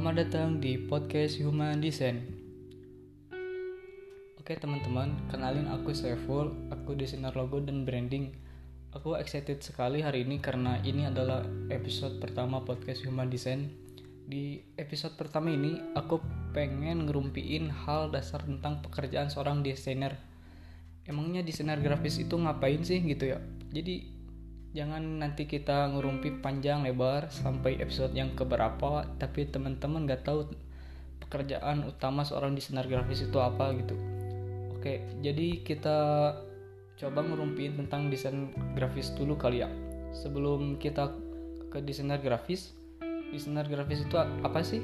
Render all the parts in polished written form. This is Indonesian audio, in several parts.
Selamat datang di podcast Human Design. Oke teman-teman, kenalin aku Saiful, aku desainer logo dan branding. Aku excited sekali hari ini karena ini adalah episode pertama podcast Human Design. Di episode pertama ini, aku pengen ngerumpiin hal dasar tentang pekerjaan seorang desainer. Emangnya desainer grafis itu ngapain sih gitu ya? Jadi jangan nanti kita ngerumpi panjang lebar sampai episode yang keberapa, tapi teman-teman gak tahu pekerjaan utama seorang desainer grafis itu apa gitu. Oke, jadi kita coba ngerumpiin tentang desain grafis dulu kali ya. Sebelum kita ke desainer grafis itu apa sih?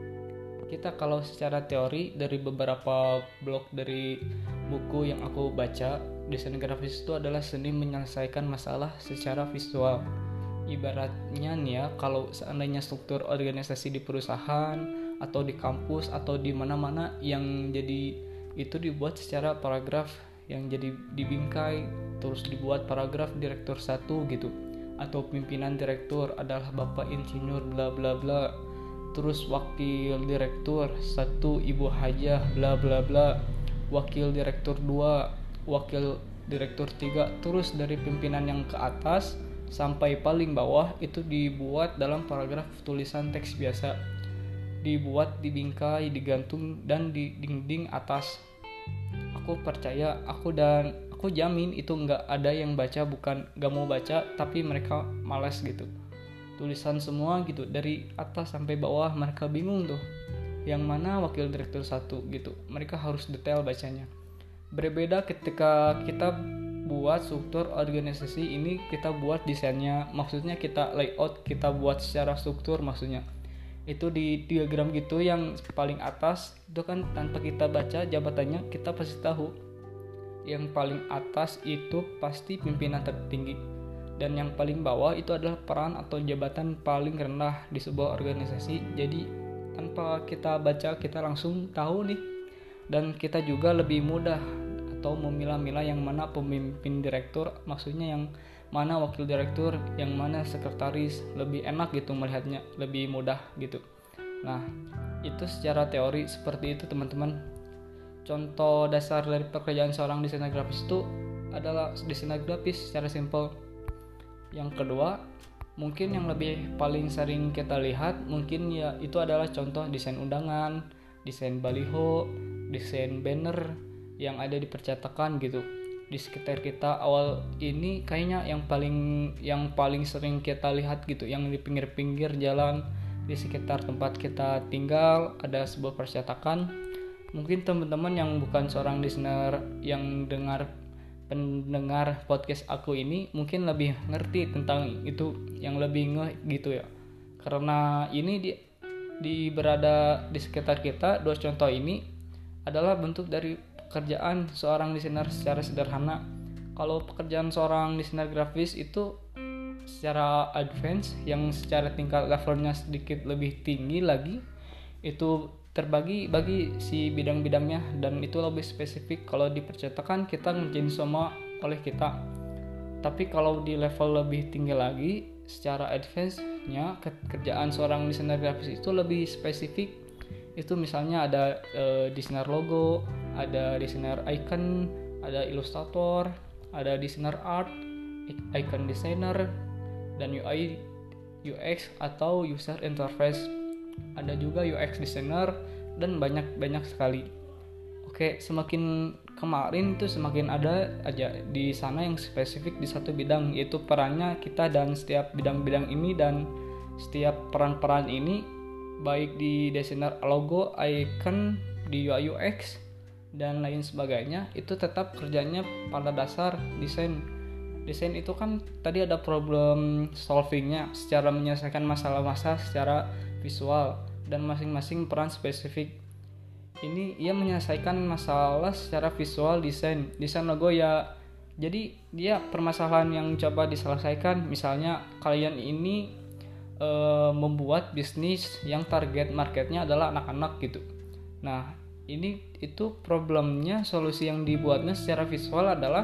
Kita kalau secara teori dari beberapa blog dari buku yang aku baca, desain grafis itu adalah seni menyelesaikan masalah secara visual. Ibaratnya nih ya, kalau seandainya struktur organisasi di perusahaan atau di kampus atau di mana-mana yang jadi itu dibuat secara paragraf, yang jadi dibingkai terus dibuat paragraf direktur 1 gitu, atau pimpinan direktur adalah bapak insinyur bla bla bla, terus wakil direktur 1 ibu hajah bla bla bla, wakil direktur 2, wakil direktur 3, terus dari pimpinan yang ke atas sampai paling bawah itu dibuat dalam paragraf tulisan teks biasa, dibuat dibingkai, digantung dan di dinding atas. Aku percaya, aku jamin itu nggak ada yang baca, bukan nggak mau baca, tapi mereka malas gitu. Tulisan semua gitu dari atas sampai bawah, mereka bingung tuh yang mana wakil direktur 1 gitu. Mereka harus detail bacanya. Berbeda ketika kita buat struktur organisasi ini, kita buat desainnya, maksudnya kita layout, kita buat secara struktur, maksudnya itu di diagram gitu. Yang paling atas itu kan tanpa kita baca jabatannya kita pasti tahu yang paling atas itu pasti pimpinan tertinggi, dan yang paling bawah itu adalah peran atau jabatan paling rendah di sebuah organisasi. Jadi tanpa kita baca kita langsung tahu nih, dan kita juga lebih mudah atau memilah-milah yang mana pemimpin direktur, maksudnya yang mana wakil direktur, yang mana sekretaris, lebih enak gitu melihatnya, lebih mudah gitu. Nah, itu secara teori seperti itu teman-teman. Contoh dasar dari pekerjaan seorang desainer grafis itu adalah desainer grafis secara simpel. Yang kedua, mungkin yang lebih paling sering kita lihat mungkin ya itu adalah contoh desain undangan, desain baliho, desain banner yang ada di percetakan gitu. Di sekitar kita awal ini kayaknya yang paling sering kita lihat gitu, yang di pinggir-pinggir jalan di sekitar tempat kita tinggal ada sebuah percetakan. Mungkin teman-teman yang bukan seorang desainer yang pendengar podcast aku ini mungkin lebih ngerti tentang itu, yang lebih ngeh gitu ya, karena ini berada di sekitar kita. Dua contoh ini adalah bentuk dari pekerjaan seorang desainer secara sederhana. Kalau pekerjaan seorang desainer grafis itu secara advance, yang secara tingkat levelnya sedikit lebih tinggi lagi, itu terbagi bagi si bidang-bidangnya, dan itu lebih spesifik. Kalau di percetakan kita ngerjain semua oleh kita, tapi kalau di level lebih tinggi lagi secara advance-nya, kerjaan seorang desainer grafis itu lebih spesifik. Itu misalnya ada desainer logo, ada desainer icon, ada ilustrator, ada desainer art, icon designer, dan UI UX atau user interface. Ada juga UX designer, dan banyak sekali. Oke, semakin kemarin tuh semakin ada aja di sana yang spesifik di satu bidang, yaitu perannya kita, dan setiap bidang-bidang ini dan setiap peran-peran ini, baik di desainer logo, icon, di UI UX dan lain sebagainya, itu tetap kerjanya pada dasar desain. Desain itu kan tadi ada problem solvingnya, secara menyelesaikan masalah-masalah secara visual, dan masing-masing peran spesifik. Ini ia menyelesaikan masalah secara visual desain logo ya. Jadi dia permasalahan yang coba diselesaikan. Misalnya kalian ini membuat bisnis yang target marketnya adalah anak-anak gitu. Nah, itu problemnya, solusi yang dibuatnya secara visual adalah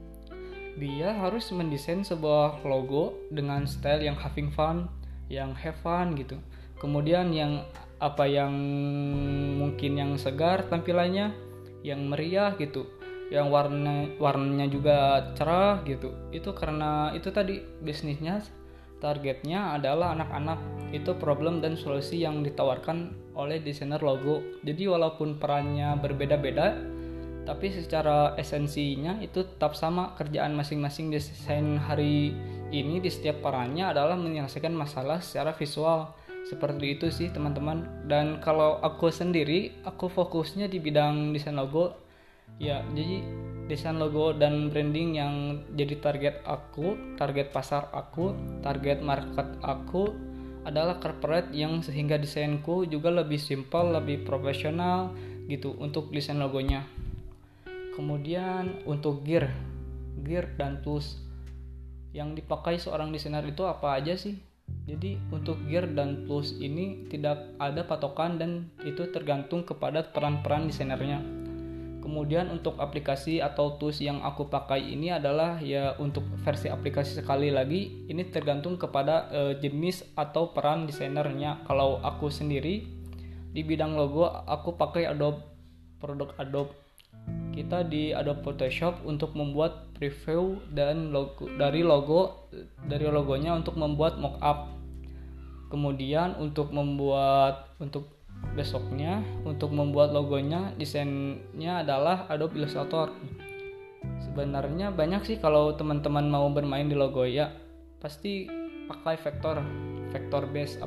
dia harus mendesain sebuah logo dengan style yang having fun, yang have fun gitu. Kemudian yang apa yang mungkin yang segar tampilannya, yang meriah gitu, yang warnanya juga cerah gitu. Itu karena itu tadi bisnisnya targetnya adalah anak-anak. Itu problem dan solusi yang ditawarkan oleh desainer logo. Jadi walaupun perannya berbeda-beda, tapi secara esensinya itu tetap sama. Kerjaan masing-masing desain hari ini di setiap perannya adalah menyelesaikan masalah secara visual. Seperti itu sih teman-teman. Dan kalau aku sendiri, aku fokusnya di bidang desain logo. Ya, jadi desain logo dan branding yang jadi target aku, target pasar aku, target market aku adalah corporate, yang sehingga desainku juga lebih simpel, lebih profesional gitu untuk desain logonya. Kemudian untuk gear dan tools yang dipakai seorang desainer itu apa aja sih? Jadi untuk gear dan tools ini tidak ada patokan dan itu tergantung kepada peran-peran desainernya. Kemudian untuk aplikasi atau tools yang aku pakai ini adalah ya untuk versi aplikasi, sekali lagi ini tergantung kepada jenis atau peran desainernya. Kalau aku sendiri di bidang logo aku pakai produk Adobe. Kita di Adobe Photoshop untuk membuat preview dan logonya untuk membuat mockup. Kemudian untuk besoknya untuk membuat logonya, desainnya adalah Adobe Illustrator. Sebenarnya banyak sih kalau teman-teman mau bermain di logo ya, pasti pakai vector based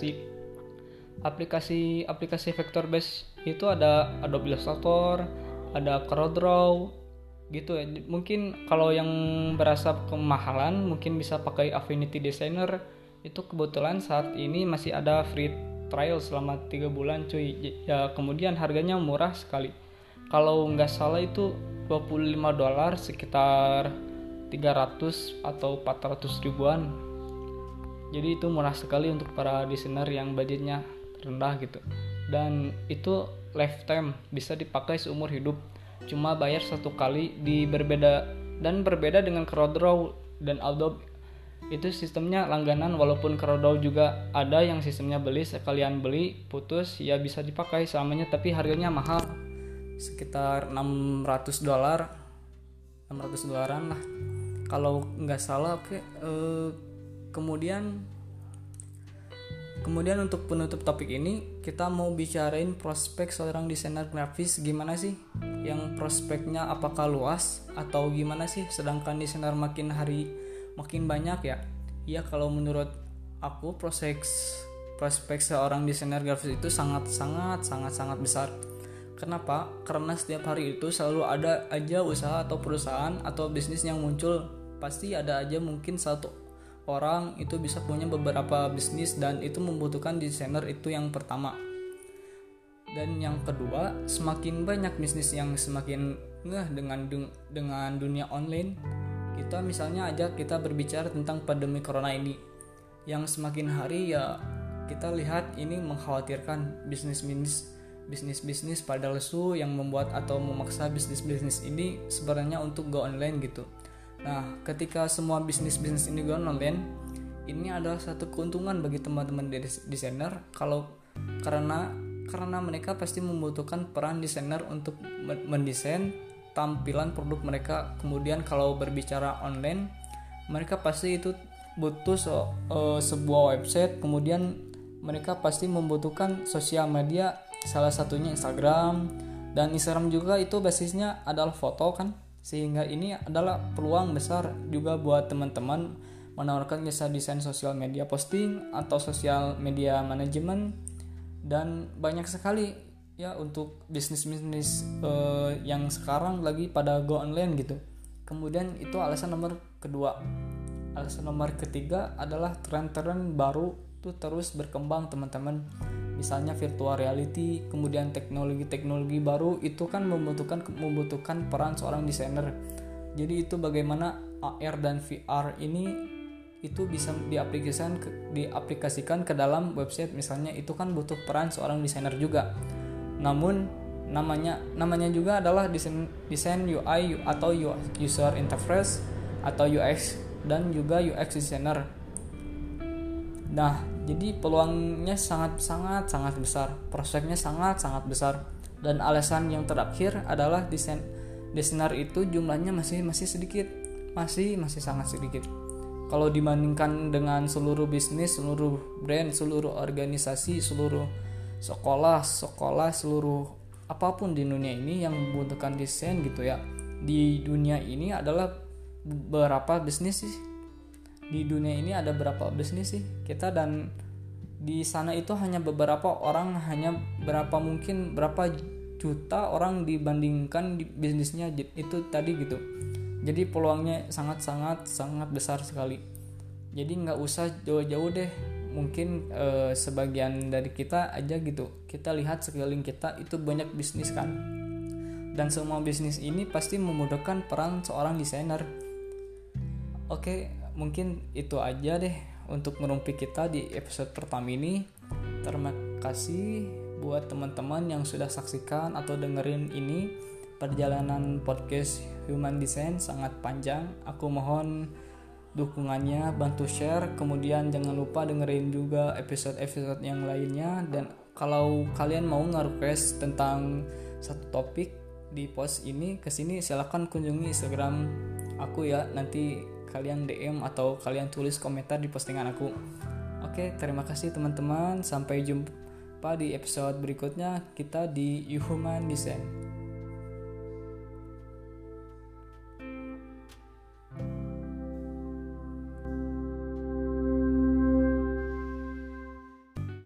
aplikasi vector based itu ada Adobe Illustrator, ada CorelDRAW gitu ya. Mungkin kalau yang berasa kemahalan mungkin bisa pakai Affinity Designer. Itu kebetulan saat ini masih ada free trial selama 3 bulan cuy ya. Kemudian harganya murah sekali, kalau nggak salah itu $25, sekitar 300 atau 400 ribuan. Jadi itu murah sekali untuk para desainer yang budgetnya rendah gitu. Dan itu lifetime, bisa dipakai seumur hidup, cuma bayar satu kali. Berbeda dengan CorelDRAW dan Adobe, itu sistemnya langganan. Walaupun CorelDRAW juga ada yang sistemnya beli, sekalian beli putus ya bisa dipakai selamanya, tapi harganya mahal, sekitar $600 lah kalau nggak salah. Kemudian untuk penutup topik ini, kita mau bicarain prospek seorang desainer grafis gimana sih? Yang prospeknya apakah luas atau gimana sih? Sedangkan desainer makin hari makin banyak ya. Ya kalau menurut aku prospek seorang desainer grafis itu sangat besar. Kenapa? Karena setiap hari itu selalu ada aja usaha atau perusahaan atau bisnis yang muncul. Pasti ada aja mungkin satu orang itu bisa punya beberapa bisnis, dan itu membutuhkan desainer. Itu yang pertama. Dan yang kedua, semakin banyak bisnis yang semakin ngeh dengan dunia online. Kita berbicara tentang pandemi corona ini yang semakin hari ya kita lihat ini mengkhawatirkan bisnis pada lesu, yang membuat atau memaksa bisnis ini sebenarnya untuk go online gitu. Nah, ketika semua bisnis ini go online, ini adalah satu keuntungan bagi teman-teman desainer karena mereka pasti membutuhkan peran desainer untuk mendesain tampilan produk mereka. Kemudian kalau berbicara online, mereka pasti itu butuh sebuah website. Kemudian mereka pasti membutuhkan sosial media, salah satunya Instagram. Dan Instagram juga itu basisnya adalah foto kan, sehingga ini adalah peluang besar juga buat teman-teman menawarkan jasa desain sosial media posting atau sosial media manajemen. Dan banyak sekali ya untuk bisnis yang sekarang lagi pada go online gitu. Kemudian itu alasan nomor kedua. Alasan nomor ketiga adalah tren-tren baru tuh terus berkembang teman-teman. Misalnya virtual reality, kemudian teknologi baru itu kan membutuhkan peran seorang desainer. Jadi itu bagaimana AR dan VR ini itu bisa diaplikasikan ke dalam website misalnya, itu kan butuh peran seorang desainer juga. Namun namanya juga adalah desain UI atau user interface atau UX dan juga UX designer. Nah, Jadi peluangnya sangat sangat sangat besar, prospeknya sangat sangat besar. Dan alasan yang terakhir adalah desainer itu jumlahnya masih sedikit, masih sangat sedikit. Kalau dibandingkan dengan seluruh bisnis, seluruh brand, seluruh organisasi, seluruh sekolah, seluruh apapun di dunia ini yang membutuhkan desain gitu ya. Di dunia ini adalah berapa bisnis sih? Di dunia ini ada berapa bisnis sih? Kita dan di sana itu hanya beberapa orang, hanya berapa juta orang dibandingkan di bisnisnya itu tadi gitu. Jadi peluangnya sangat besar sekali. Jadi nggak usah jauh-jauh deh, mungkin sebagian dari kita aja gitu, kita lihat sekeliling kita itu banyak bisnis kan, dan semua bisnis ini pasti membutuhkan peran seorang desainer. Oke, mungkin itu aja deh untuk ngerumpi kita di episode pertama ini. Terima kasih buat teman-teman yang sudah saksikan atau dengerin ini. Perjalanan podcast Human Design sangat panjang. Aku mohon dukungannya, bantu share. Kemudian jangan lupa dengerin juga episode-episode yang lainnya. Dan kalau kalian mau nge-request tentang satu topik di post ini, kesini silakan kunjungi Instagram aku ya. Nanti kalian DM atau kalian tulis komentar di postingan aku. Oke, terima kasih teman-teman. Sampai jumpa di episode berikutnya kita di Human Design.